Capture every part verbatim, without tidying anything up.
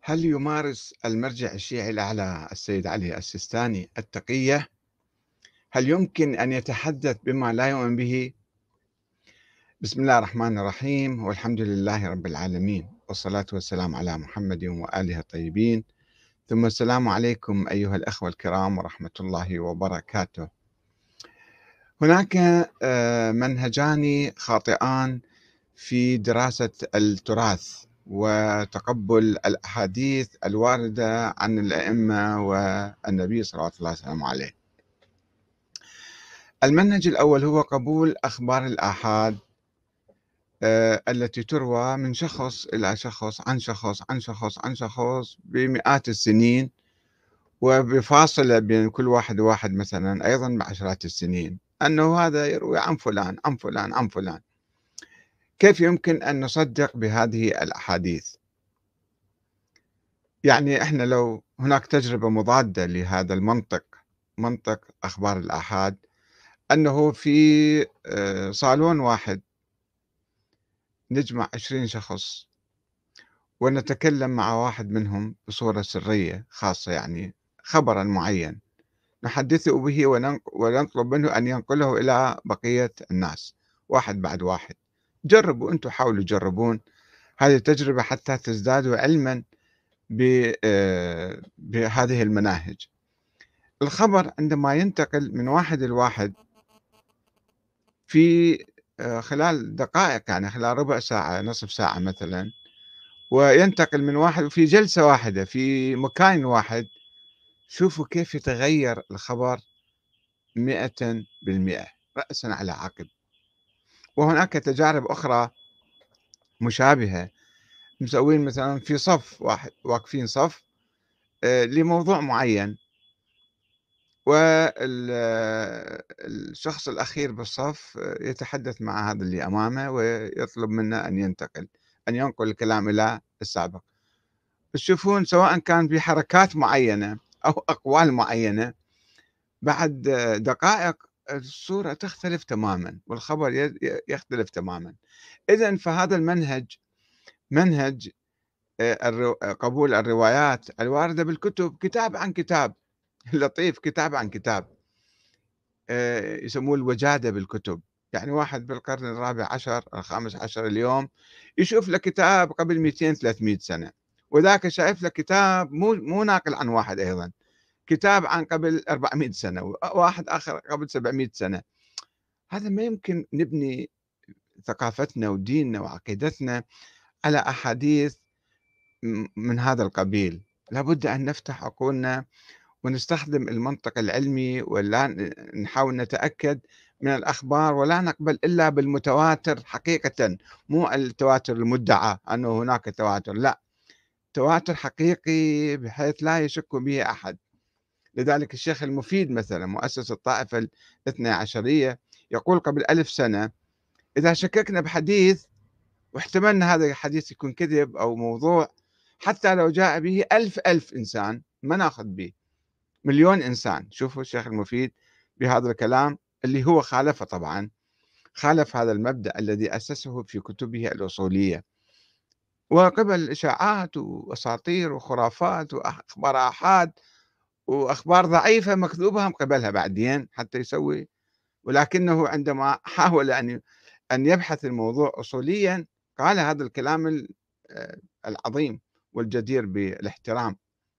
هل يمارس المرجع الشيعي الأعلى السيد علي السيستاني التقية؟ هل يمكن أن يتحدث بما لا يؤمن به؟ بسم الله الرحمن الرحيم والحمد لله رب العالمين والصلاة والسلام على محمد وآله الطيبين، ثم السلام عليكم أيها الأخوة الكرام ورحمة الله وبركاته. هناك آه، منهجان خاطئان في دراسة التراث وتقبل الأحاديث الواردة عن الأئمة والنبي صلوات الله وسلامه عليه. المنهج الأول هو قبول أخبار الآحاد آه، التي تروى من شخص إلى شخص عن شخص عن شخص عن شخص بمئات السنين، وبفاصلة بين كل واحد وواحد مثلا أيضا بعشرات السنين، أنه هذا يروي عن فلان عن فلان عن فلان. كيف يمكن أن نصدق بهذه الأحاديث؟ يعني إحنا لو هناك تجربة مضادة لهذا المنطق، منطق أخبار الآحاد، أنه في آه، صالون واحد نجمع عشرين شخص ونتكلم مع واحد منهم بصورة سرية خاصة، يعني خبرا معين نحدثه به وننق- ونطلب منه أن ينقله إلى بقية الناس واحد بعد واحد. جربوا أنتم، حاولوا تجربون هذه التجربة حتى تزدادوا علما ب- آه، بهذه المناهج. الخبر عندما ينتقل من واحد لواحد في آه، خلال دقائق، يعني خلال ربع ساعة نصف ساعة مثلا، وينتقل من واحد في جلسة واحدة في مكان واحد، شوفوا كيف يتغير الخبر مئة بالمئة رأسا على عقب. وهناك تجارب أخرى مشابهة، مسوين مثلا في صف واحد، واقفين صف آه، لموضوع معين، والشخص الأخير بالصف يتحدث مع هذا اللي أمامه ويطلب منه أن ينتقل أن ينقل الكلام إلى السابق. تشوفون سواء كان في حركات معينة أو أقوال معينة، بعد دقائق الصورة تختلف تماما والخبر ي- يختلف تماما. إذن فهذا المنهج منهج آه، الرو- قبول الروايات الواردة بالكتب، كتاب عن كتاب، لطيف، كتاب عن كتاب، آآ يسموه الوجادة بالكتب. يعني واحد بالقرن الرابع عشر، الخامس عشر اليوم، يشوف له كتاب قبل مئتين ثلاثمئة سنة، وذاك شايف له كتاب مو مو ناقل عن واحد أيضًا، كتاب عن قبل أربعمئة سنة، وواحد آخر قبل سبعمئة سنة. هذا ما يمكن نبني ثقافتنا وديننا وعقيدتنا على أحاديث م من هذا القبيل. لابد أن نفتح عقولنا ونستخدم المنطق العلمي، ولا ن نحاول نتأكد من الأخبار، ولا نقبل إلا بالمتواتر حقيقةً، مو التواتر المدعى أنه هناك تواتر، لأ، تواتر حقيقي بحيث لا يشك به أحد. لذلك الشيخ المفيد مثلًا مؤسس الطائفة الاثني عشرية يقول قبل ألف سنة: إذا شككنا بحديث واحتملنا هذا الحديث يكون كذب أو موضوع، حتى لو جاء به ألف ألف إنسان ما ناخذ به. مليون إنسان. شوفوا الشيخ المفيد بهذا الكلام اللي هو خالفه طبعا، خالف هذا المبدأ الذي أسسه في كتبه الأصولية، وقبل إشاعات وأساطير وخرافات وأخبار آحاد وأخبار ضعيفة مكذوبة هم قبلها بعدين حتى يسوي. ولكنه عندما حاول أن أن يبحث الموضوع أصوليا قال هذا الكلام ال- آه، العظيم والجدير بالاحترام.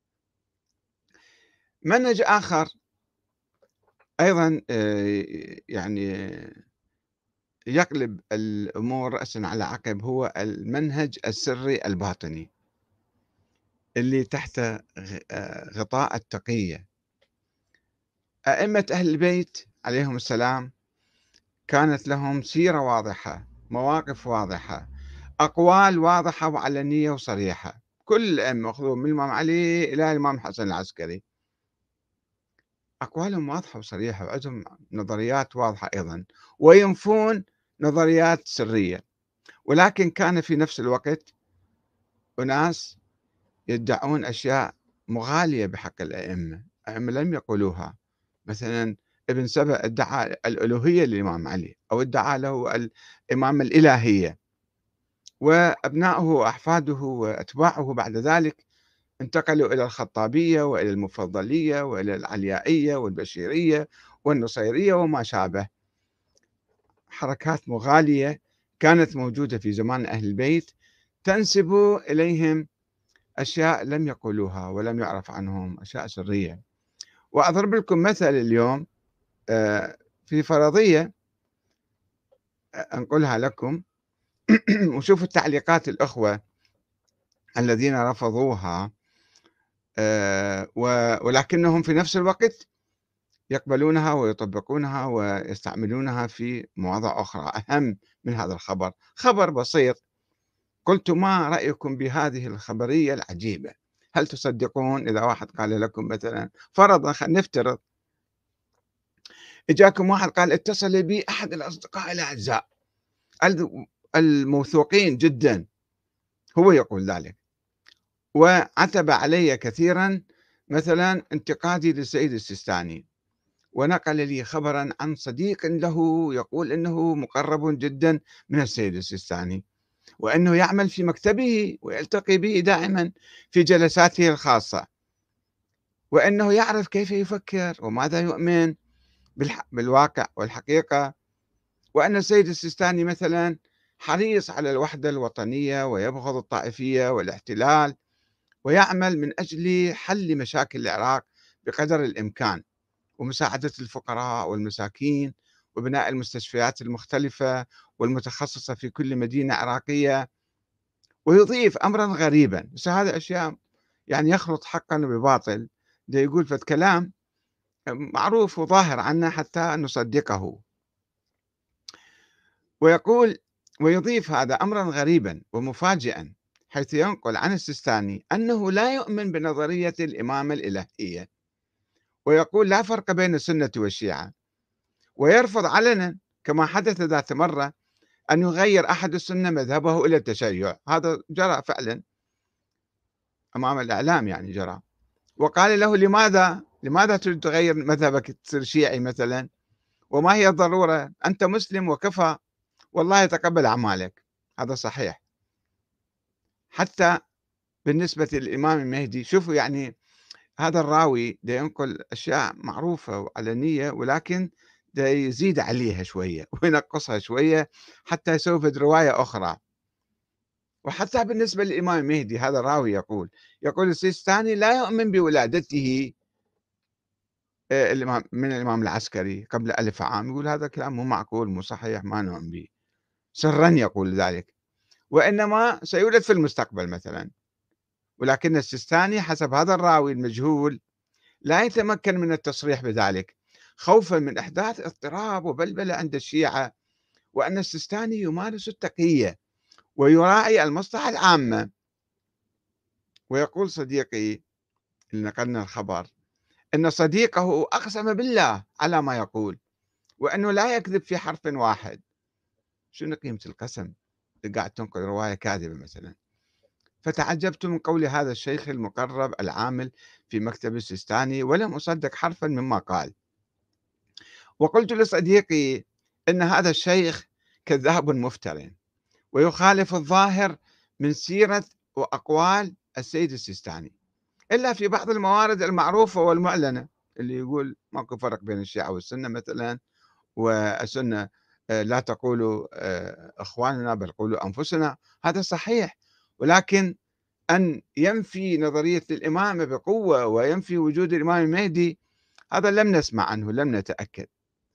منهج آخر أيضا آه، يعني يقلب الأمور رأسًا على عقب، هو المنهج السري الباطني اللي تحت غ آآ غطاء التقية. أئمة أهل البيت عليهم السلام كانت لهم سيرة واضحة، مواقف واضحة، أقوال واضحة وعلنية وصريحة. كل الأئمة خذوا من الإمام علي إلى الإمام الحسن العسكري، أقوالهم واضحة وصريحة وعندهم نظريات واضحة أيضًا، وينفون نظريات سرية. ولكن كان في نفس الوقت أناس يدعون أشياء مغالية بحق الأئمة، الأئمة لم يقولوها. مثلا ابن سبأ ادعى الألوهية للإمام علي، أو ادعى له الإمامة الإلهية، وأبناؤه وأحفاده وأتباعه بعد ذلك انتقلوا إلى الخطابية وإلى المفضلية وإلى العليائية والبشيرية والنصيرية وما شابه. حركات مغالية كانت موجودة في زمان أهل البيت تنسب إليهم أشياء لم يقولوها ولم يعرف عنهم، أشياء سرية. وأضرب لكم مثل اليوم آه، في فرضية أنقلها لكم وشوفوا تعليقات الأخوة الذين رفضوها، آه، ولكنهم في نفس الوقت يقبلونها ويطبقونها ويستعملونها في مواضع أخرى أهم من هذا الخبر. خبر بسيط: قلت ما رأيكم بهذه الخبرية العجيبة؟ هل تصدقون إذا واحد قال لكم مثلا، فرضا خلينا نفترض إجاكم واحد قال اتصل بي أحد الأصدقاء الأعزاء الموثوقين جدا، هو يقول ذلك، وعتب علي كثيرا مثلا انتقادي للسيد السيستاني، ونقل لي خبرا عن صديق له يقول انه مقرب جدا من السيد السيستاني، وانه يعمل في مكتبه ويلتقي به دائما في جلساته الخاصه، وانه يعرف كيف يفكر وماذا يؤمن بالواقع والحقيقه، وان السيد السيستاني مثلا حريص على الوحده الوطنيه ويبغض الطائفيه والاحتلال، ويعمل من اجل حل مشاكل العراق بقدر الامكان، ومساعدة الفقراء والمساكين، وبناء المستشفيات المختلفة والمتخصصة في كل مدينة عراقية. ويضيف أمرا غريبا، بس هذا أشياء يعني يخلط حقا بباطل، ده يقول فد كلام معروف وظاهر عنه حتى نصدقه. ويقول ويضيف هذا أمرا غريبا ومفاجئا، حيث ينقل عن السيستاني أنه لا يؤمن بنظرية الإمامة الإلهية، ويقول لا فرق بين السنة والشيعة، ويرفض علنا كما حدث ذات مرة أن يغير أحد السنة مذهبه إلى التشيع. هذا جرى فعلا أمام الإعلام، يعني جرى، وقال له لماذا لماذا تريد تغير مذهبك تصير شيعي مثلا، وما هي الضرورة، أنت مسلم وكفى، والله يتقبل أعمالك. هذا صحيح. حتى بالنسبة للإمام المهدي، شوفوا يعني هذا الراوي ده ينقل أشياء معروفة وعلنية، ولكن ده يزيد عليها شوية وينقصها شوية حتى يسوي فد رواية أخرى. وحتى بالنسبة للإمام المهدي، هذا الراوي يقول يقول السيستاني لا يؤمن بولادته آه، الإمام من الإمام العسكري قبل ألف عام. يقول هذا كلام مو معقول، مو صحيح، ما نؤمن به، سرا يقول ذلك، وإنما سيولد في المستقبل مثلا. ولكن السيستاني حسب هذا الراوي المجهول لا يتمكن من التصريح بذلك، خوفا من إحداث اضطراب وبلبلة عند الشيعة، وأن السيستاني يمارس التقية ويراعي المصلحة العامة. ويقول صديقي اللي نقلنا الخبر أن صديقه أقسم بالله على ما يقول، وأنه لا يكذب في حرف واحد. شنو قيمة القسم؟ قاعد تنقل رواية كاذبة مثلا. فتعجبت من قول هذا الشيخ المقرب العامل في مكتب السيستاني، ولم أصدق حرفا مما قال. وقلت لصديقي أن هذا الشيخ كذاب مفتر، ويخالف الظاهر من سيرة وأقوال السيد السيستاني، إلا في بعض الموارد المعروفة والمعلنة، اللي يقول ماكو فرق بين الشيعة والسنة مثلا، والسنة آه، لا تقولوا آه، إخواننا بل قولوا أنفسنا. هذا صحيح، ولكن أن ينفي نظرية الإمامة بقوة وينفي وجود الإمام المهدي، هذا لم نسمع عنه، لم نتأكد.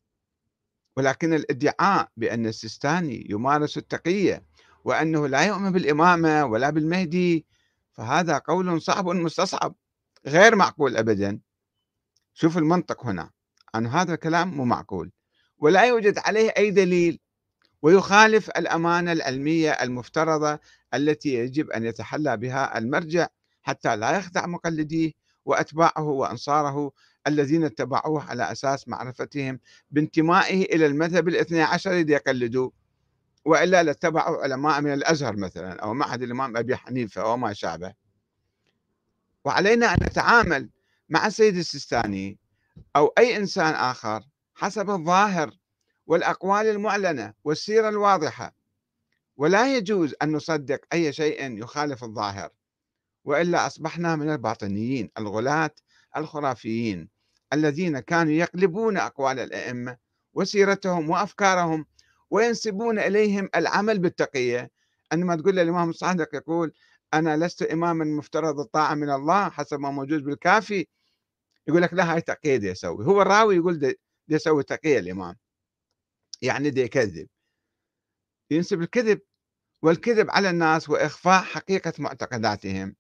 ولكن الادعاء بأن السيستاني يمارس التقية وأنه لا يؤمن بالإمامة ولا بالمهدي، فهذا قول صعب مستصعب غير معقول أبدا. شوف المنطق هنا، أن هذا كلام مو معقول ولا يوجد عليه أي دليل، ويخالف الأمانة العلمية المفترضة التي يجب أن يتحلى بها المرجع حتى لا يخدع مقلديه وأتباعه وأنصاره الذين اتبعوه على أساس معرفتهم بانتمائه إلى المذهب الاثني عشر ليقلدوه، وإلا لاتبعوا علماء من الأزهر مثلا أو معهد الإمام أبي حنيفة أو ما شابه. وعلينا أن نتعامل مع السيد السيستاني أو أي إنسان آخر حسب الظاهر والأقوال المعلنة والسيرة الواضحة، ولا يجوز أن نصدق أي شيء يخالف الظاهر، وإلا أصبحنا من الباطنيين الغلاة الخرافيين الذين كانوا يقلبون أقوال الأئمة وسيرتهم وأفكارهم وينسبون إليهم العمل بالتقية. عندما تقول الإمام الصادق يقول أنا لست إماما مفترض الطاعة من الله حسب ما موجود بالكافي، يقول لك لا هاي تقية دي يسوي، هو الراوي يقول دي, دي يسوي تقية الإمام، يعني دي يكذب، ينسب الكذب، والكذب على الناس وإخفاء حقيقة معتقداتهم.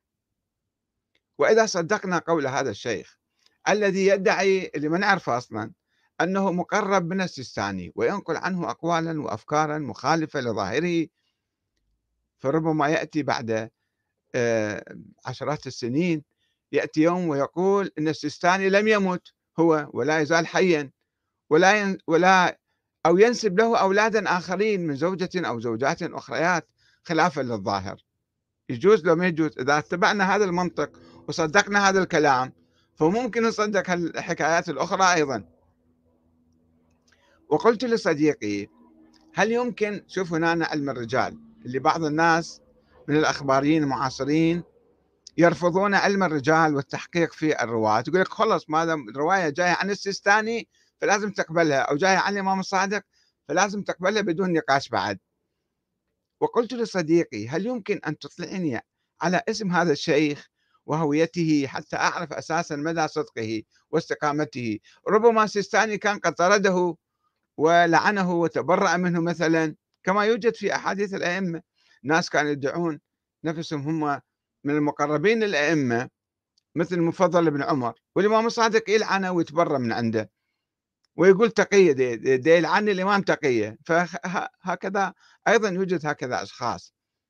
وإذا صدقنا قول هذا الشيخ الذي يدعي اللي ما نعرفه أصلا أنه مقرب من السيستاني وينقل عنه أقوالا وأفكارا مخالفة لظاهره، فربما يأتي بعد آه، عشرات السنين يأتي يوم ويقول أن السيستاني لم يمت هو ولا يزال حيا، ولا ين ولا أو ينسب له أولادا آخرين من زوجة أو زوجات أخريات خلافا للظاهر. يجوز لو ما يجوز؟ إذا اتبعنا هذا المنطق وصدقنا هذا الكلام فممكن نصدق الحكايات الأخرى أيضا. وقلت لصديقي هل يمكن، شوف هنا علم الرجال اللي بعض الناس من الأخباريين المعاصرين يرفضون علم الرجال والتحقيق في الرواة، يقول لك خلص ما دام الرواية جاية عن السيستاني فلازم تقبلها، أو جاية عن الإمام الصادق فلازم تقبلها بدون نقاش بعد. وقلت لصديقي هل يمكن أن تطلعني على اسم هذا الشيخ وهويته حتى أعرف أساسا مدى صدقه واستقامته؟ ربما السيستاني كان قد طرده ولعنه وتبرأ منه مثلا، كما يوجد في أحاديث الأئمة ناس كانوا يدعون نفسهم هم من المقربين للأئمة مثل المفضل بن عمر، والإمام الصادق يلعنه ويتبرأ من عنده ويقول تقية، دي, دي, دي يلعن الإمام تقية. فهكذا أيضا يوجد هكذا أشخاص.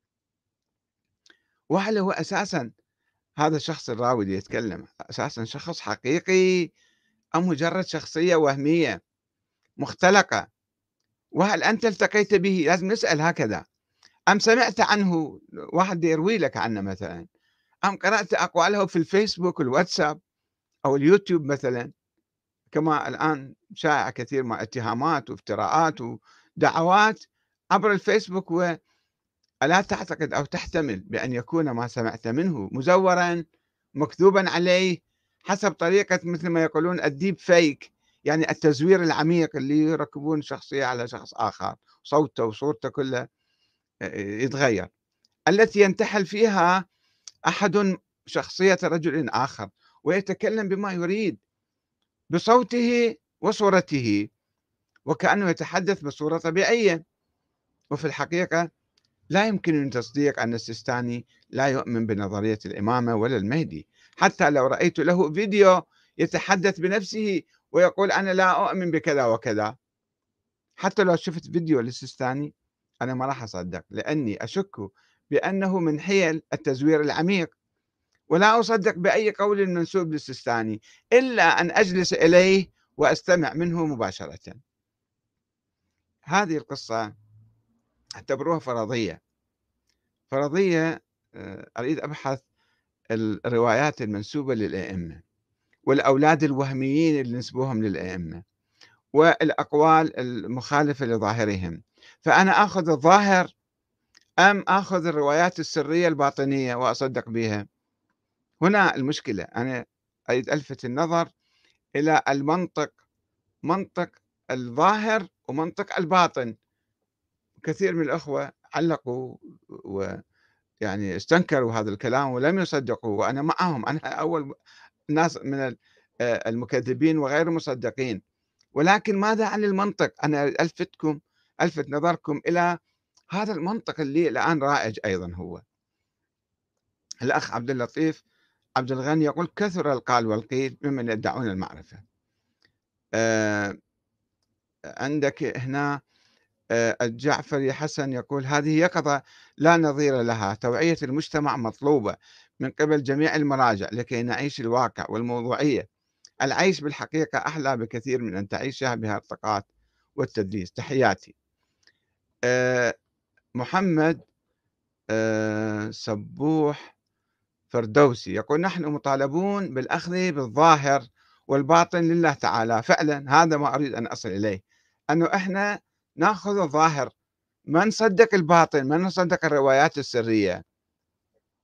وهل هو أساسا هذا الشخص الراوي اللي يتكلم أساسا شخص حقيقي أم مجرد شخصية وهمية مختلقة؟ وهل أنت التقيت به؟ لازم نسأل هكذا. أم سمعت عنه واحد يروي لك عنه مثلا، أم قرأت أقواله في الفيسبوك والواتساب أو اليوتيوب مثلا، كما الآن شائع كثير من اتهامات وافتراءات ودعوات عبر الفيسبوك. وألا تعتقد أو تحتمل بأن يكون ما سمعت منه مزورا مكذوبا عليه حسب طريقة مثل ما يقولون الديب فيك، يعني التزوير العميق اللي يركبون شخصية على شخص آخر، صوته وصورته كله يتغير، التي ينتحل فيها أحد شخصية رجل آخر ويتكلم بما يريد بصوته وصورته وكأنه يتحدث بصورة طبيعية. وفي الحقيقة لا يمكنني تصديق أن السيستاني لا يؤمن بنظرية الإمامة ولا المهدي، حتى لو رأيت له فيديو يتحدث بنفسه ويقول أنا لا أؤمن بكذا وكذا. حتى لو شفت فيديو للسيستاني أنا ما راح أصدق، لأني أشك بأنه من حيل التزوير العميق، ولا أصدق بأي قول منسوب للسيستاني إلا أن أجلس إليه وأستمع منه مباشرة. هذه القصة اعتبروها فرضية فرضية. آه، أريد أبحث الروايات المنسوبة للأئمة والأولاد الوهميين اللي نسبوهم للأئمة والأقوال المخالفة لظاهرهم، فأنا أخذ الظاهر أم أخذ الروايات السرية الباطنية وأصدق بها؟ هنا المشكلة. أنا أريد ألفت النظر إلى المنطق، منطق الظاهر ومنطق الباطن. كثير من الأخوة علقوا ويعني استنكروا هذا الكلام ولم يصدقوا، وأنا معهم، أنا أول ناس من المكذبين وغير المصدقين. ولكن ماذا عن المنطق؟ أنا ألفتكم ألفت نظركم إلى هذا المنطق اللي الآن رائج أيضا. هو الأخ عبد اللطيف عبد الغني يقول كثر القال والقيل ممن يدعون المعرفة. آه عندك هنا آه الجعفري حسن يقول هذه يقظة لا نظير لها، توعية المجتمع مطلوبة من قبل جميع المراجع لكي نعيش الواقع والموضوعية. العيش بالحقيقة أحلى بكثير من أن تعيشها بهرطقات والتدليس. تحياتي. آه محمد آه سبوح فردوسي يقول نحن مطالبون بالأخذ بالظاهر والباطن لله تعالى. فعلا هذا ما أريد أن أصل إليه، أنه إحنا نأخذ الظاهر، ما نصدق الباطن، ما نصدق الروايات السرية.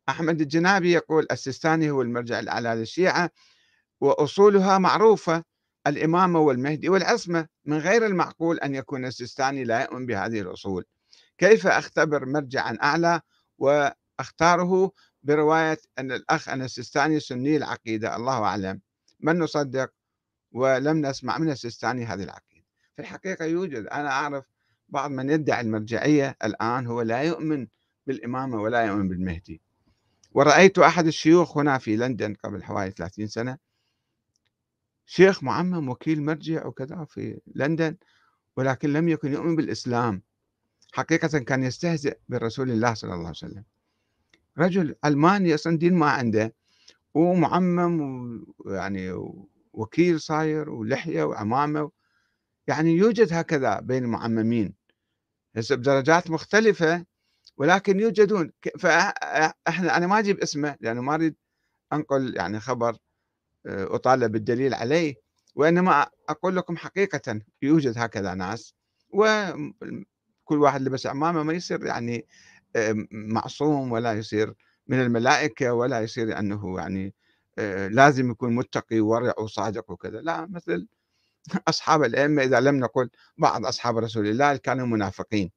أحمد الجنابي يقول السيستاني هو المرجع الأعلى للشيعة وأصولها معروفة، الإمامة والمهدي والعصمة، من غير المعقول أن يكون السيستاني لا يؤمن بهذه الأصول. كيف أختبر مرجعا أعلى وأختاره برواية أن الأخ أن السيستاني سني العقيدة؟ الله أعلم من نصدق، ولم نسمع من السيستاني هذه العقيدة. في الحقيقة يوجد، أنا أعرف بعض من يدعي المرجعية الآن هو لا يؤمن بالإمامة ولا يؤمن بالمهدي. ورأيت أحد الشيوخ هنا في لندن قبل حوالي ثلاثين سنة، شيخ معمم وكيل مرجع وكذا في لندن، ولكن لم يكن يؤمن بالإسلام، حقيقة كان يستهزئ برسول الله صلى الله عليه وسلم. رجل علماني أصلا دين ما عنده، ومعمم ويعني وكيل صاير ولحية وعمامة، يعني يوجد هكذا بين المعممين، هسه بدرجات مختلفة ولكن يوجدون. فاحنا انا ما اجيب اسمه لانه ما اريد انقل يعني خبر آه، اطالب بالدليل عليه، وانما اقول لكم حقيقة يوجد هكذا ناس، وكل واحد لبس عمامة ما يصير يعني آه، معصوم، ولا يصير من الملائكة، ولا يصير انه يعني آه، لازم يكون متقي وورع وصادق وكذا، لا، مثل أصحاب الأئمة، إذا لم نقل بعض أصحاب رسول الله كانوا منافقين.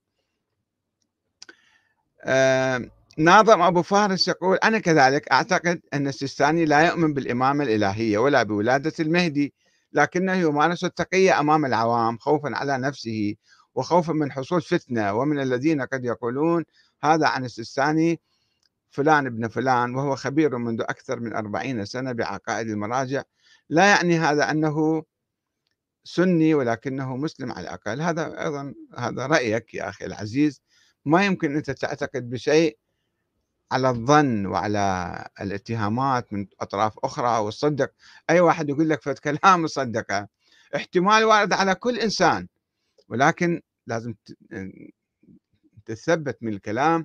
آه ناظم أبو فارس يقول أنا كذلك أعتقد أن السيستاني لا يؤمن بالإمامة الإلهية ولا بولادة المهدي، لكنه يمارس التقية أمام العوام خوفا على نفسه وخوفا من حصول فتنة، ومن الذين قد يقولون هذا عن السيستاني فلان ابن فلان وهو خبير منذ أكثر من أربعين سنة بعقائد المراجع، لا يعني هذا أنه سني ولكنه مسلم على الأقل. هذا أيضا هذا رأيك يا أخي العزيز، ما يمكن أنت تعتقد بشيء على الظن وعلى الاتهامات من أطراف أخرى وتصدق أي واحد يقول لك فد كلام تصدقه، احتمال وارد على كل إنسان، ولكن لازم تثبت من الكلام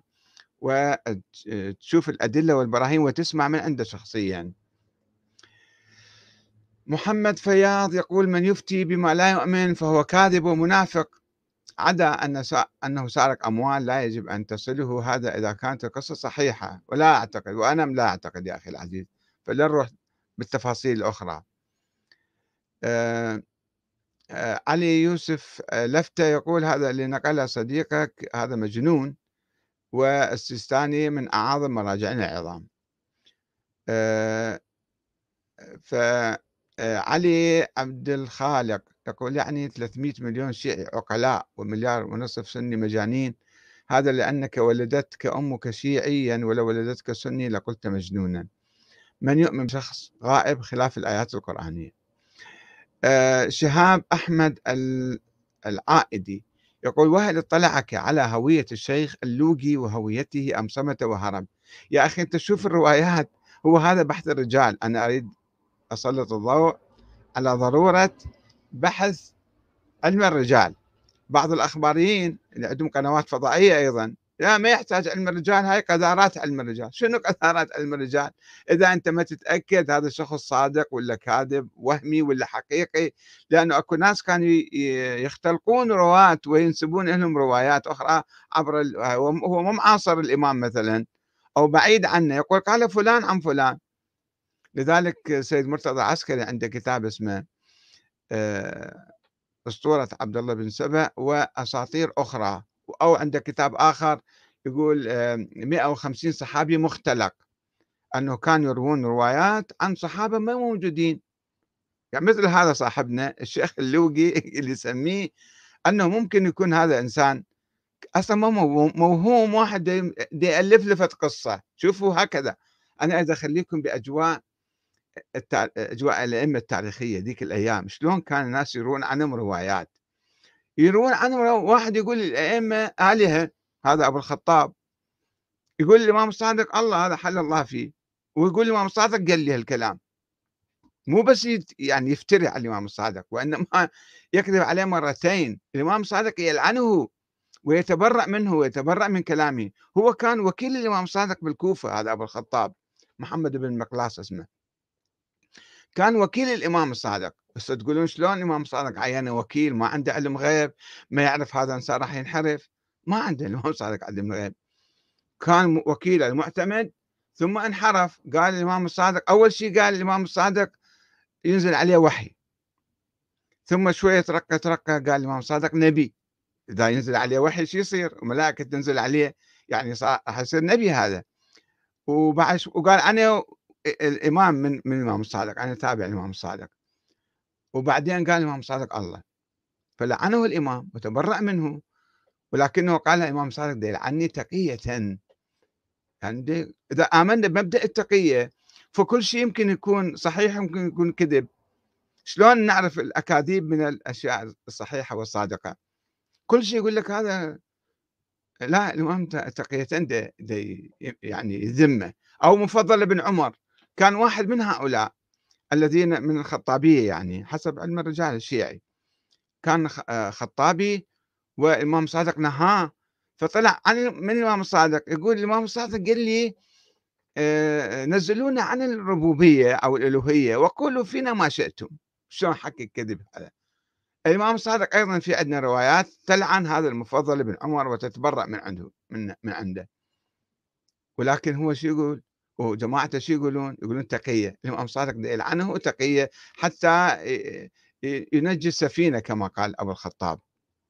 وتشوف الأدلة والبراهين وتسمع من عنده شخصيا. محمد فياض يقول من يفتي بما لا يؤمن فهو كاذب ومنافق، عدا أن أنه سارق أموال لا يجب أن تصله، هذا إذا كانت القصة صحيحة، ولا أعتقد، وأنا لا أعتقد يا أخي العزيز، فلا نروح بالتفاصيل الأخرى. آه آه علي يوسف آه لفتة يقول هذا اللي نقله صديقك هذا مجنون، والسيستاني من أعاظم مراجعنا العظام. آه فعلي عبد الخالق يقول يعني ثلاثمئة مليون شيعي عقلاء ومليار ونصف سني مجانين، هذا لأنك ولدتك أمك شيعيا ولو ولدتك سني لقلت مجنونا، من يؤمن بشخص غائب خلاف الآيات القرآنية. أه شهاب أحمد العائدي يقول وهل اطلعك على هوية الشيخ اللوقي وهويته أم صمت وهرب؟ يا أخي أنت شوف الروايات، هو هذا بحث الرجال، أنا أريد أسلط الضوء على ضرورة بحث علم الرجال. بعض الأخباريين اللي عندهم قنوات فضائية أيضا، لا ما يحتاج علم الرجال، هاي قذارات علم الرجال. شنو قذارات علم الرجال؟ إذا أنت ما تتأكد هذا الشخص صادق ولا كاذب، وهمي ولا حقيقي، لأنه أكو ناس كانوا يختلقون رواة وينسبون لهم روايات أخرى عبر ال... هو مو معاصر الإمام مثلا أو بعيد عنه، يقول قال فلان عن فلان. لذلك سيد مرتضى عسكري عنده كتاب اسمه آه، أسطورة عبد الله بن سبأ وأساطير أخرى، أو عنده كتاب آخر يقول آه، مئة وخمسين صحابي مختلق، أنه كانوا يروون روايات عن صحابة ما موجودين، يعني مثل هذا صاحبنا الشيخ اللوقي اللي يسميه أنه ممكن يكون هذا إنسان أصلا ما موهوم، واحد دي يألف لفت قصة. شوفوا هكذا، أنا أريد أخليكم بأجواء التع... أجواء الأئمة التاريخية ذيك الأيام، شلون كان الناس يروون عنهم روايات، يروون عنهم رو... واحد يقول الأئمة آلهة، هذا أبو الخطاب، يقول الإمام الصادق الله هذا حل الله فيه، ويقول الإمام الصادق قال لي هالكلام، مو بس يت... يعني يفتري على الإمام الصادق، وإنما يكذب عليه مرتين. الإمام الصادق يلعنه ويتبرأ منه ويتبرأ من كلامه، هو كان وكيل الإمام الصادق بالكوفة، هذا أبو الخطاب محمد بن مقلاص اسمه، كان وكيل الإمام الصادق. بس تقولون شلون الإمام الصادق عينه وكيل، ما عنده علم غيب، ما يعرف هذا إنسان راح ينحرف؟ ما عنده الإمام الصادق علم غيب، كان وكيل المعتمد ثم انحرف. قال الإمام الصادق، أول شيء قال الإمام الصادق ينزل عليه وحي، ثم شوية ترقى ترقى قال الإمام الصادق نبي. إذا ينزل عليه وحي شو يصير؟ وملائكة تنزل عليه، يعني صار راح يصير نبي هذا. وبعد ش وقال أنا الإمام من من الإمام الصادق، أنا تابع الإمام الصادق. وبعدين قال الإمام الصادق الله، فلعنه الإمام وتبرأ منه، ولكنه قال الإمام الصادق دا يلعني تقيةً. يعني دي إذا آمنا بمبدأ التقية فكل شيء يمكن يكون صحيح يمكن يكون كذب. شلون نعرف الأكاذيب من الأشياء الصحيحة والصادقة؟ كل شيء يقول لك هذا لا، الإمام ت تقيةً دا دا ي يعني يذمه. أو مفضل بن عمر كان واحد من هؤلاء الذين من الخطابية، يعني حسب علم الرجال الشيعي، كان خ آآ خطابي والإمام الصادق نهاه، فطلع عن من الإمام الصادق يقول الإمام الصادق قال لي آآ نزّلونا عن الربوبية أو الألوهية وقولوا فينا ما شئتم. شلون حكي الكذب هذا؟ الإمام الصادق أيضًا في عندنا روايات تلعن هذا المفضل بن عمر وتتبرأ من عنده من من عنده. ولكن هو شو يقول؟ وجماعته شو يقولون؟ يقولون تقية. الإمام الصادق دا يلعنه تقية حتى ي ي ينجي السفينة كما قال أبو الخطاب.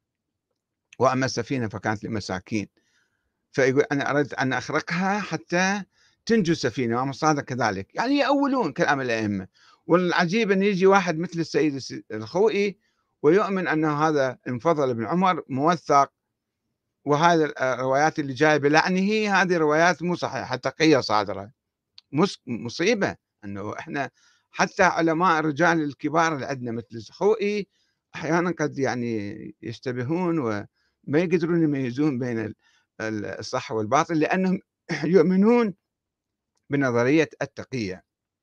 وأما السفينة فكانت لمساكين، فيقول أنا أردت أن أخرقها حتى تنجو السفينة. الإمام الصادق كذلك، يعني يأولون كلام الأئمة. والعجيب أن يجي واحد مثل السيد الس الخوئي ويؤمن أنه هذا المفضل بن عمر موثق، وهذه ال الروايات اللي جاية بلعنه هذه روايات مو صحيحة، تقية صادرة. مص مصيبة إنه إحنا حتى علماء الرجال الكبار اللي عندنا مثل الخوئي أحيانًا قد يعني يشتبهون وما يقدرون يميزون بين ال ال الصح والباطل، لأنهم يؤمنون بنظرية التقية.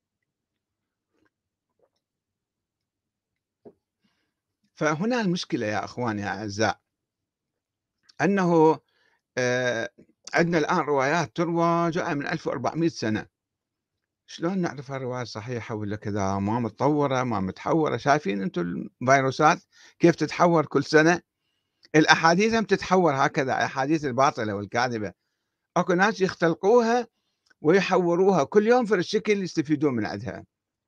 فهنا المشكلة يا أخواني يا أعزاء، أنه آآ عندنا الآن روايات تروى جاءة من ألف وأربعمئة سنة. شلون نعرف الرواية صحيحة والّا كذا؟ ما متطورة ما متحورة. شايفين أنتم الفيروسات كيف تتحور كل سنة؟ الأحاديث هم تتحور هكذا، الأحاديث الباطلة والكاذبة. أكو ناس يختلقوها ويحوروها كل يوم فرد شكل يستفيدون من عندها.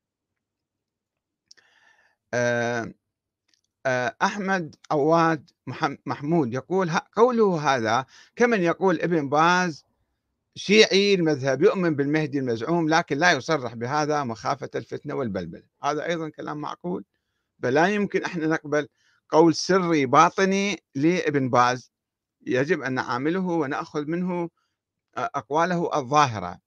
آآ آآ أحمد عواد محم محمود يقول ه قوله هذا كمن يقول ابن باز شيعي المذهب يؤمن بالمهدي المزعوم لكن لا يصرح بهذا مخافة الفتنة والبلبلة. هذا أيضًا كلام معقول؟ بل لا يمكن إحنا نقبل قول سري باطني لابن باز، يجب أن نعامله ونأخذ منه أ أقواله الظاهرة.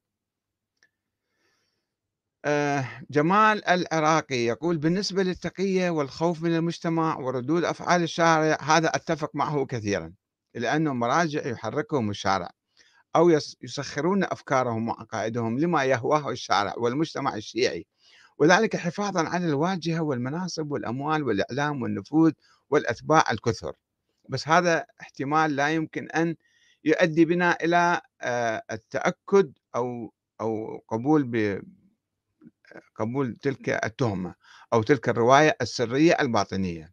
آآ جمال العراقي يقول: "بالنسبة للتقية والخوف من المجتمع وردود أفعال الشارع هذا أتفق معه كثيرًا، لأنهم مراجع يحركهم الشارع أو يس يسخرون أفكارهم وعقائدهم لما يهواه الشارع والمجتمع الشيعي، وذلك حفاظًا على الواجهة والمناصب والأموال والإعلام والنفوذ والأتباع الكثر." بس هذا احتمال لا يمكن أن يؤدي بنا إلى آآ التأكد أو أو قبول ب قبول تلك التهمة أو تلك الرواية السرية الباطنية.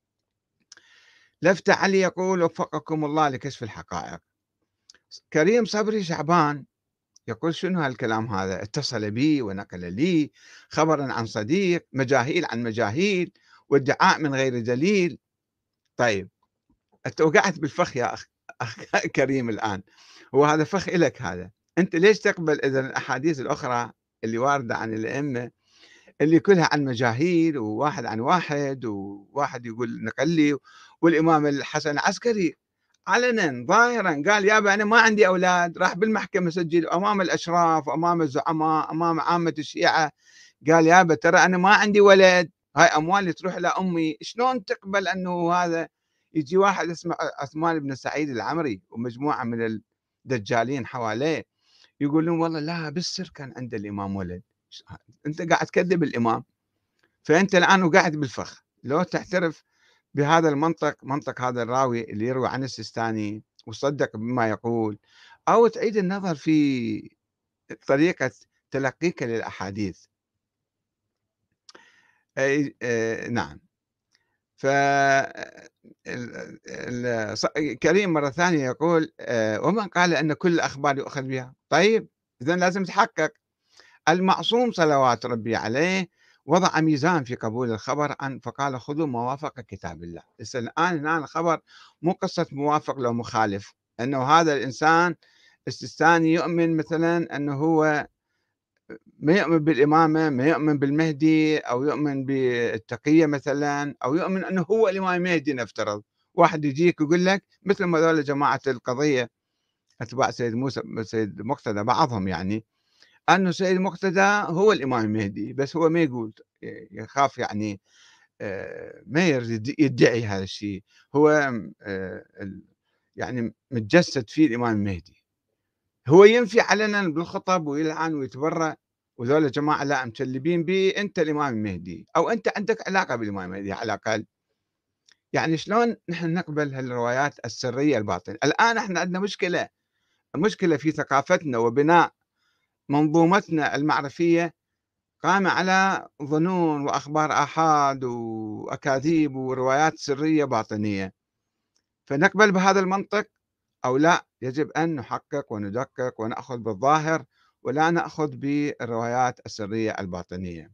لفتة علي يقول: "وفقكم الله لكشف الحقائق." كريم صبري شعبان يقول: "شنو هالكلام هذا؟ اتصل بي ونقل لي خبرًا عن صديق، مجاهيل عن مجاهيل، وادعاء من غير دليل." طيب أنت وقعت بالفخ يا أخ أخ كريم الآن، هو هذا فخ إلك هذا. أنت ليش تقبل إذن الأحاديث الأخرى اللي واردة عن الأئمة اللي كلها عن مجاهيل وواحد عن واحد وواحد يقول نقل لي، والإمام الحسن العسكري علنًا ظاهرًا قال: "يابا أنا ما عندي أولاد." راح بالمحكمة سجل أمام الأشراف وأمام الزعماء أمام عامة الشيعة، قال: "يابا ترى أنا ما عندي ولد، هاي أموالي تروح لأمي." شلون تقبل أنه هذا يجي واحد اسمه عثمان بن سعيد العمري ومجموعة من الدجالين حواليه يقولون والله لا بالسر كان عند الإمام ولد. ش أنت قاعد تكذب الإمام، فأنت الآن وقعت بالفخ. لو تعترف بهذا المنطق، منطق هذا الراوي اللي يروي عن السيستاني وصدق بما يقول، أو تعيد النظر في طريقة تلقيك للأحاديث. أي آآ نعم. ف ال ال ص كريم مرة ثانية يقول: "آآ ومن قال أن كل الأخبار يؤخذ بها؟" طيب إذن لازم يتحقق. المعصوم صلوات ربي عليه وضع ميزان في قبول الخبر عن فقال خذوا ما وافق كتاب الله. هسه الآن هنا الخبر مو قصة موافق لو مخالف، أنه هذا الإنسان السيستاني يؤمن مثلا أنه هو ما يؤمن بالإمامة، ما يؤمن بالمهدي، أو يؤمن بالتقية مثلا، أو يؤمن أنه هو الإمام المهدي نفترض. واحد يجيك يقول لك مثل ما هذول جماعة القضية أتباع سيد موسى سيد مقتدى بعضهم، يعني أنه سيد مقتدى هو الإمام المهدي، بس هو ما يقول، يخاف يعني آآ ما يريد يدعي هذا الشيء. هو آآ ال يعني متجسد فيه الإمام المهدي. هو ينفي علنا بالخطب ويلعن ويتبرأ، وذولا جماعة لأ مكلبين بيه أنت الإمام المهدي، أو أنت عندك علاقة بالإمام المهدي على الأقل. يعني شلون نحن نقبل هالروايات السرية الباطنة؟ الآن إحنا عندنا مشكلة، مشكلة في ثقافتنا وبناء منظومتنا المعرفية قائمة على ظنون وأخبار آحاد وأكاذيب وروايات سرية باطنية. فنقبل بهذا المنطق أو لا؟ يجب أن نحقق وندقق ونأخذ بالظاهر ولا نأخذ بالروايات السرية الباطنية.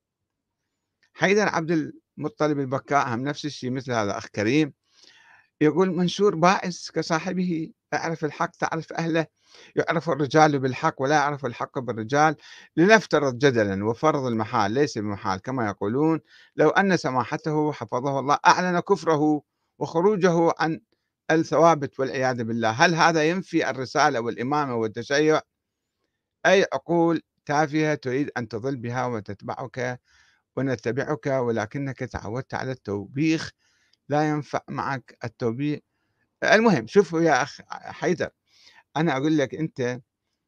حيدر عبد المطلب البكاء هم نفس الشيء، مثل هذا أخ كريم، يقول منشور بائس كصاحبه، اعرف الحق تعرف أهله، يعرف الرجال بالحق ولا يعرف الحق بالرجال. لنفترض جدلا وفرض المحال ليس بمحال كما يقولون، لو أن سماحته حفظه الله أعلن كفره وخروجه عن الثوابت والعياذ بالله، هل هذا ينفي الرسالة والإمامة والتشيع؟ أي عقول تافهة تريد أن تضل بها وتتبعك ونتبعك، ولكنك تعودت على التوبيخ، لا ينفع معك التوبيخ. المهم شوفوا يا أخ حيدر، أنا أقول لك أنت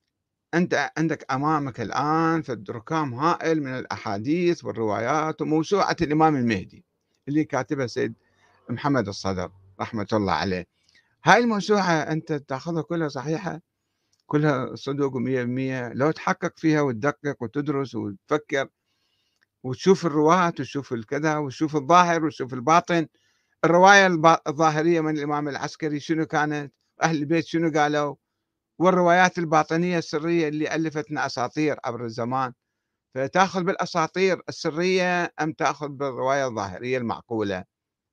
أنت عندك أمامك الآن فد ركام هائل من الأحاديث والروايات وموسوعة الإمام المهدي اللي كاتبها السيد محمد الصدر رحمة الله عليه. هاي الموسوعة أنت تأخذها كلها صحيحة، كلها صدق ومية بالمية. لو تحقق فيها وتدقق وتدرس وتفكر وتشوف الرواة وتشوف الكذا وتشوف الظاهر وتشوف الباطن. الرواية البا- الظاهرية من الإمام العسكري شنو كانت؟ أهل البيت شنو قالوا؟ والروايات الباطنية السرية اللي ألفتنا أساطير عبر الزمان. فتأخذ بالأساطير السرية أم تأخذ بالرواية الظاهرية المعقولة؟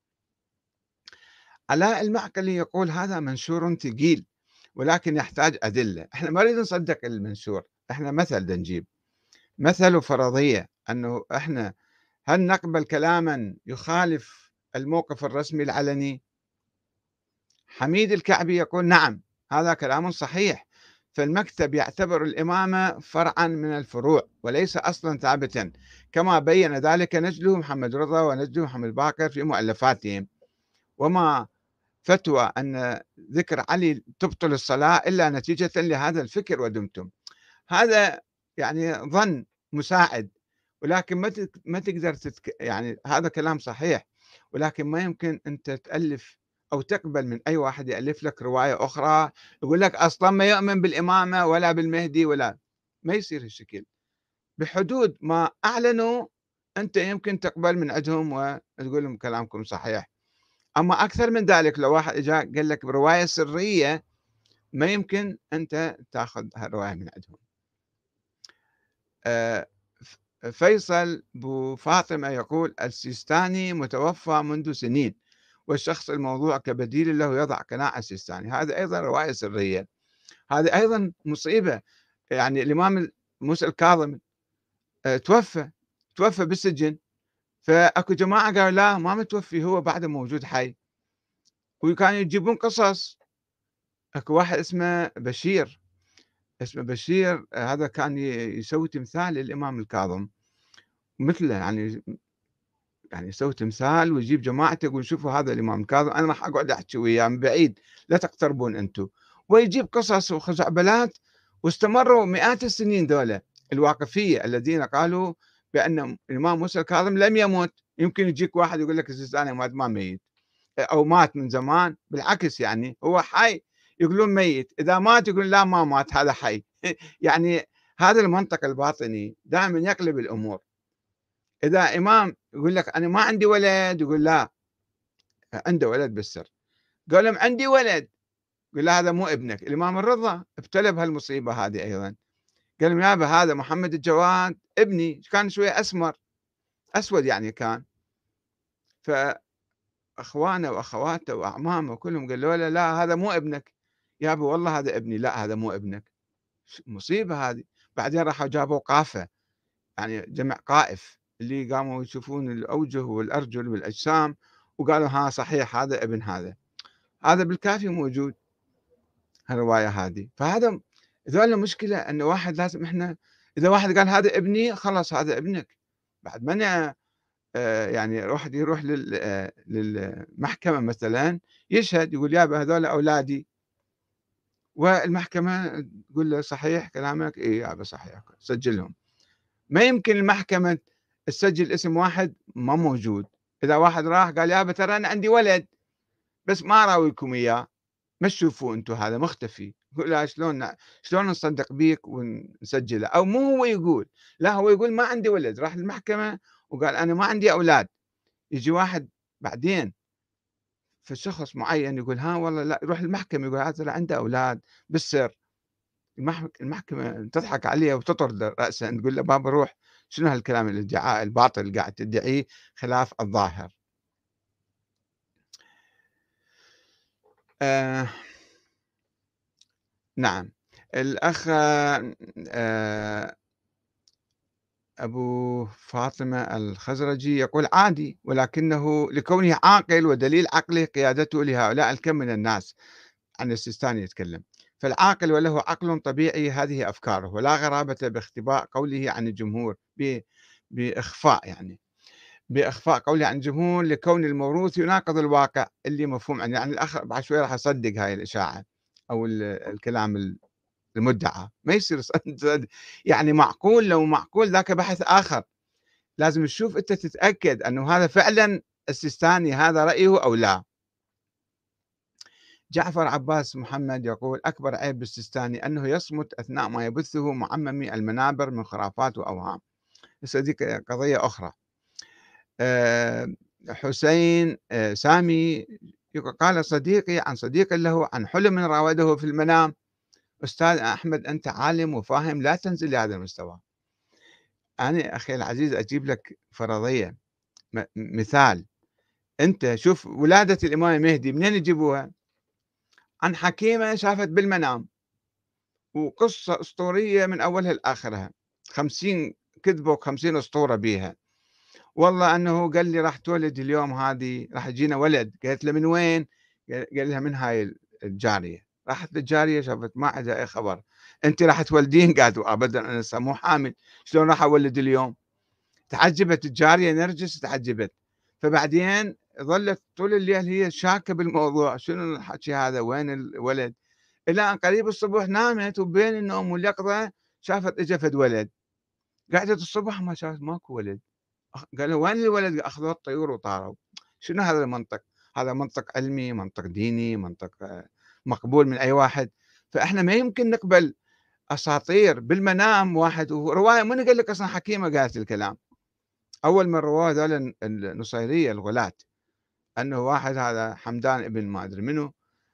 علاء المعقلي يقول هذا منشور ثقيل ولكن يحتاج أدلة. احنا ما نريد نصدق المنشور، احنا مثل دا نجيب مثل وفرضية أنه احنا هل نقبل كلاما يخالف الموقف الرسمي العلني؟ حميد الكعبي يقول نعم هذا كلام صحيح، فالمكتب يعتبر الإمامة فرعا من الفروع وليس أصلا ثابتا، كما بين ذلك نجله محمد رضا ونجله محمد باقر في مؤلفاتهم. وما فتوى أن ذكر علي تبطل الصلاة إلا نتيجة لهذا الفكر ودمتم. هذا يعني ظن مساعد، ولكن ما تك- ما تقدر تتك... يعني هذا كلام صحيح، ولكن ما يمكن أنت تألف أو تقبل من أي واحد يألف لك رواية أخرى يقول لك أصلا ما يؤمن بالإمامة ولا بالمهدي ولا. ما يصير هالشكل. بحدود ما أعلنوا أنت يمكن تقبل من عندهم وتقول لهم كلامكم صحيح. أما أكثر من ذلك لو واحد جاء قال لك برواية سرية ما يمكن أنت تأخذ هالرواية من عندهم. آآ ف فيصل بو فاطمة يقول: "السيستاني متوفى منذ سنين، والشخص الموضوع كبديل له يضع قناع السيستاني." هذا أيضًا رواية سرية، هذه أيضًا مصيبة. يعني الإمام ال موسى الكاظم آآ توفى، توفى بالسجن، فأكو جماعة قالوا لا ما متوفي هو بعده موجود حي، وكانوا يجيبون قصص. أكو واحد اسمه بشير، اسمه بشير آه، هذا كان ي يسوي تمثال للإمام الكاظم مثله، يعني يعني يسوي تمثال ويجيب جماعته يقول شوفوا هذا الإمام الكاظم أنا راح أقعد أحكي وياه من بعيد لا تقتربون أنتم، ويجيب قصص وخزعبلات. واستمروا مئات السنين ذولا الواقفية الذين قالوا بأن الإمام موسى الكاظم لم يمت. يمكن يجيك واحد يقول لك السيستاني مات، ما ميت أو مات من زمان، بالعكس يعني هو حي. يقولون ميت، إذا مات يقول لا ما مات هذا حي. يعني هذا المنطق الباطني دائما يقلب الأمور. إذا إمام يقول لك أنا ما عندي ولد يقول لا عنده ولد بالسر، قال لهم عندي ولد، يقول لا هذا مو ابنك. الإمام الرضا ابتلى بهالمصيبة هذه أيضا، قال لهم يابا هذا محمد الجواد ابني، كان شوية أسمر، أسود يعني كان. فأخوانه وأخواته وأعمامه كلهم قالوا له: "لا هذا مو ابنك." "يابا والله هذا ابني." "لأ هذا مو ابنك." ش مصيبة هذه. بعدين راحوا جابوا قافة، يعني جمع قائف اللي قاموا يشوفون الأوجه والأرجل والأجسام، وقالوا: "ها صحيح هذا ابن هذا." هذا بالكافي موجود الرواية هذه. فهذا ذولا مشكلة، إنه واحد لازم إحنا إذا واحد قال هذا ابني خلاص هذا ابنك. بعد ما ن آآ يعني واحد يروح لل آآ للمحكمة مثلًا يشهد يقول: يابا هذول أولادي، والمحكمة تقول له: "صحيح كلامك؟" "إي يابا صحيح." سجلهم. ما يمكن المحكمة تسجل اسم واحد ما موجود. إذا واحد راح قال: يابا ترى أنا عندي ولد بس ما أراويكم إياه، ما تشوفوه أنتم هذا مختفي. يقول: لا شلون شلون نصدق بيك ونسجله؟ أو مو هو يقول، لا هو يقول ما عندي ولد، راح المحكمة وقال أنا ما عندي أولاد. يجي واحد بعدين في شخص معين يقول: ها والله لا، يروح المحكمة يقول هذا ترى عنده أولاد بالسر. المح المحكمة تضحك عليه وتطرده رأسًا، تقول له: بابا روح، شنو هالكلام الادعاء الباطل اللي قاعد تدعيه خلاف الظاهر. آآ نعم. الأخ آآ أبو فاطمة الخزرجي يقول: عادي، ولكنه لكونه عاقل ودليل عقله قيادته لهؤلاء الكم من الناس. عن السيستاني يتكلم. فالعاقل وله عقل طبيعي هذه أفكاره، ولا غرابة باختباء قوله عن الجمهور ب بإخفاء يعني بإخفاء قوله عن الجمهور لكون الموروث يناقض الواقع اللي مفهوم عنه. يعني الأخ بعد شوي راح أصدق هاي الإشاعة أو ال الكلام المدعى. ما يصير يصدق. يعني معقول، لو معقول ذاك بحث آخر. لازم تشوف أنت تتأكد أنه هذا فعلًا السيستاني هذا رأيه أو لا. جعفر عباس محمد يقول: أكبر عيب بالسيستاني أنه يصمت أثناء ما يبثه معممي المنابر من خرافات وأوهام. بس هذيك قضية أخرى. آآ حسين آآ سامي يق قال صديقي عن صديق له عن حلم راوده في المنام: أستاذ أحمد أنت عالم وفاهم، لا تنزل لهذا المستوى. أنا أخي العزيز أجيب لك فرضية، م مثال. أنت شوف ولادة الإمام المهدي منين يجيبوها؟ عن حكيمة شافت بالمنام، وقصة أسطورية من أولها لآخرها، خمسين كذبة وخمسين أسطورة بيها. والله أنه قال لي راح تولد اليوم هذه، راح يجينا ولد. قالت له: من وين؟ قال قال لها: من هاي الجارية. راحت للجارية شافت ما عندها أي خبر. أنتِ راح تولدين؟ قالت: أبدًا أنا لسه مو حامل، شلون راح أولد اليوم؟ تعجبت الجارية نرجس، تعجبت. فبعدين ظلت طول الليل هي شاكة بالموضوع، شنو الحكي هذا؟ وين الولد؟ إلى أن قريب الصبح نامت، وبين النوم واليقظة شافت إجا فد ولد. قعدت الصبح ما شافت ماكو ولد. أخ قالوا: وين الولد؟ أخذوه الطيور وطاروا. شنو هذا المنطق؟ هذا منطق علمي، منطق ديني، منطق آه، مقبول من أي واحد. فإحنا ما يمكن نقبل أساطير بالمنام واحد ورواية. من قال لك أصلًا حكيمة قالت الكلام؟ أول من رواه هذول ال النصيرية الغلاة، أنه واحد هذا حمدان ابن ما أدري منو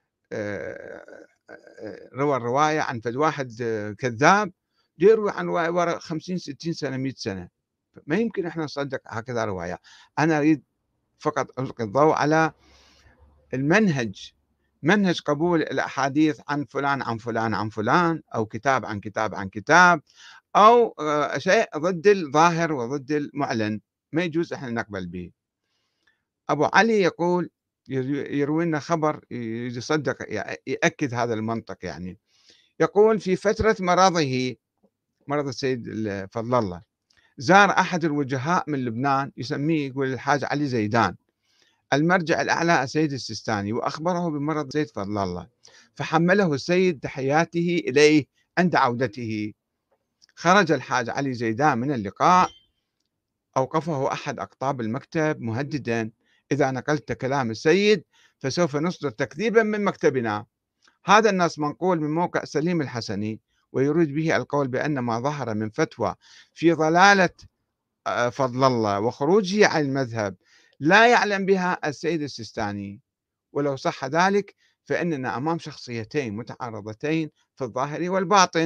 آآ روى الرواية عن فد واحد آه، كذاب يروي عن رواية ورا خمسين ستين سنة مئة سنة. ما يمكن إحنا نصدق هكذا رواية. أنا أريد فقط ألقي الضوء على المنهج، منهج قبول الأحاديث عن فلان عن فلان عن فلان، أو كتاب عن كتاب عن كتاب، أو آآ شيء ضد الظاهر وضد المعلن، ما يجوز إحنا نقبل به. أبو علي يقول ير يروي لنا خبر يصدق ي يأكد هذا المنطق يعني. يقول: في فترة مرضه، مرض السيد ال فضل الله، زار أحد الوجهاء من لبنان يسميه يقول الحاج علي زيدان، المرجع الأعلى السيد السيستاني، وأخبره بمرض السيد فضل الله. فحمله السيد تحياته إليه عند عودته. خرج الحاج علي زيدان من اللقاء، أوقفه أحد أقطاب المكتب مهددا: إذا نقلت كلام السيد فسوف نصدر تكذيبا من مكتبنا. هذا النص منقول من موقع سليم الحسني، ويريد به القول بأن ما ظهر من فتوى في ضلالة آه، فضل الله وخروجه عن المذهب لا يعلم بها السيد السيستاني. ولو صح ذلك فإننا أمام شخصيتين متعارضتين في الظاهر والباطن،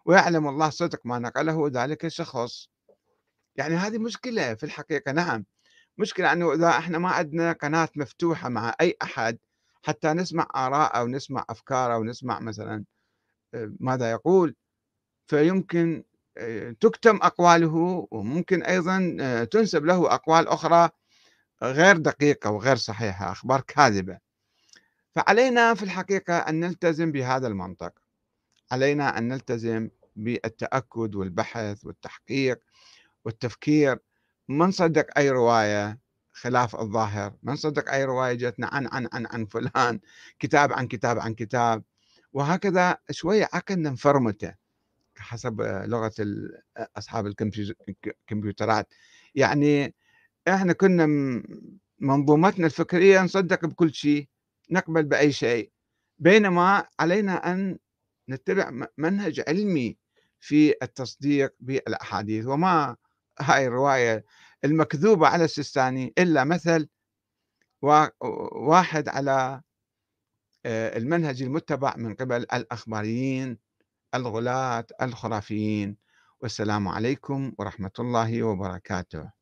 ويعلم الله صدق ما نقله ذلك الشخص. يعني هذه مشكلة في الحقيقة، نعم، مشكلة أنه إذا إحنا ما عندنا قناة مفتوحة مع أي أحد حتى نسمع آراءه أو نسمع أفكاره أو نسمع مثلًا آآ ماذا يقول، فيمكن آآ تُكتم أقواله، وممكن أيضًا آآ تُنسب له أقوال أخرى غير دقيقة وغير صحيحة، أخبار كاذبة. فعلينا في الحقيقة أن نلتزم بهذا المنطق، علينا أن نلتزم بالتأكد والبحث والتحقيق والتفكير. ما نصدق أي رواية خلاف الظاهر، ما نصدق أي رواية جتنا عن عن عن عن فلان، كتاب عن كتاب عن كتاب، وهكذا شوية عقلنا مفرمته حسب لغة ال أصحاب الكمبيوز الكمبيوترات. يعني إحنا كنا م منظومتنا الفكرية نصدق بكل شيء، نقبل بأي شيء، بينما علينا أن نتبع م منهج علمي في التصديق بالأحاديث، وما هاي الرواية المكذوبة على السيستاني إلا مثل وا واحد على آآ المنهج المتبع من قبل الأخباريين الغلاة الخرافيين. والسلام عليكم ورحمة الله وبركاته.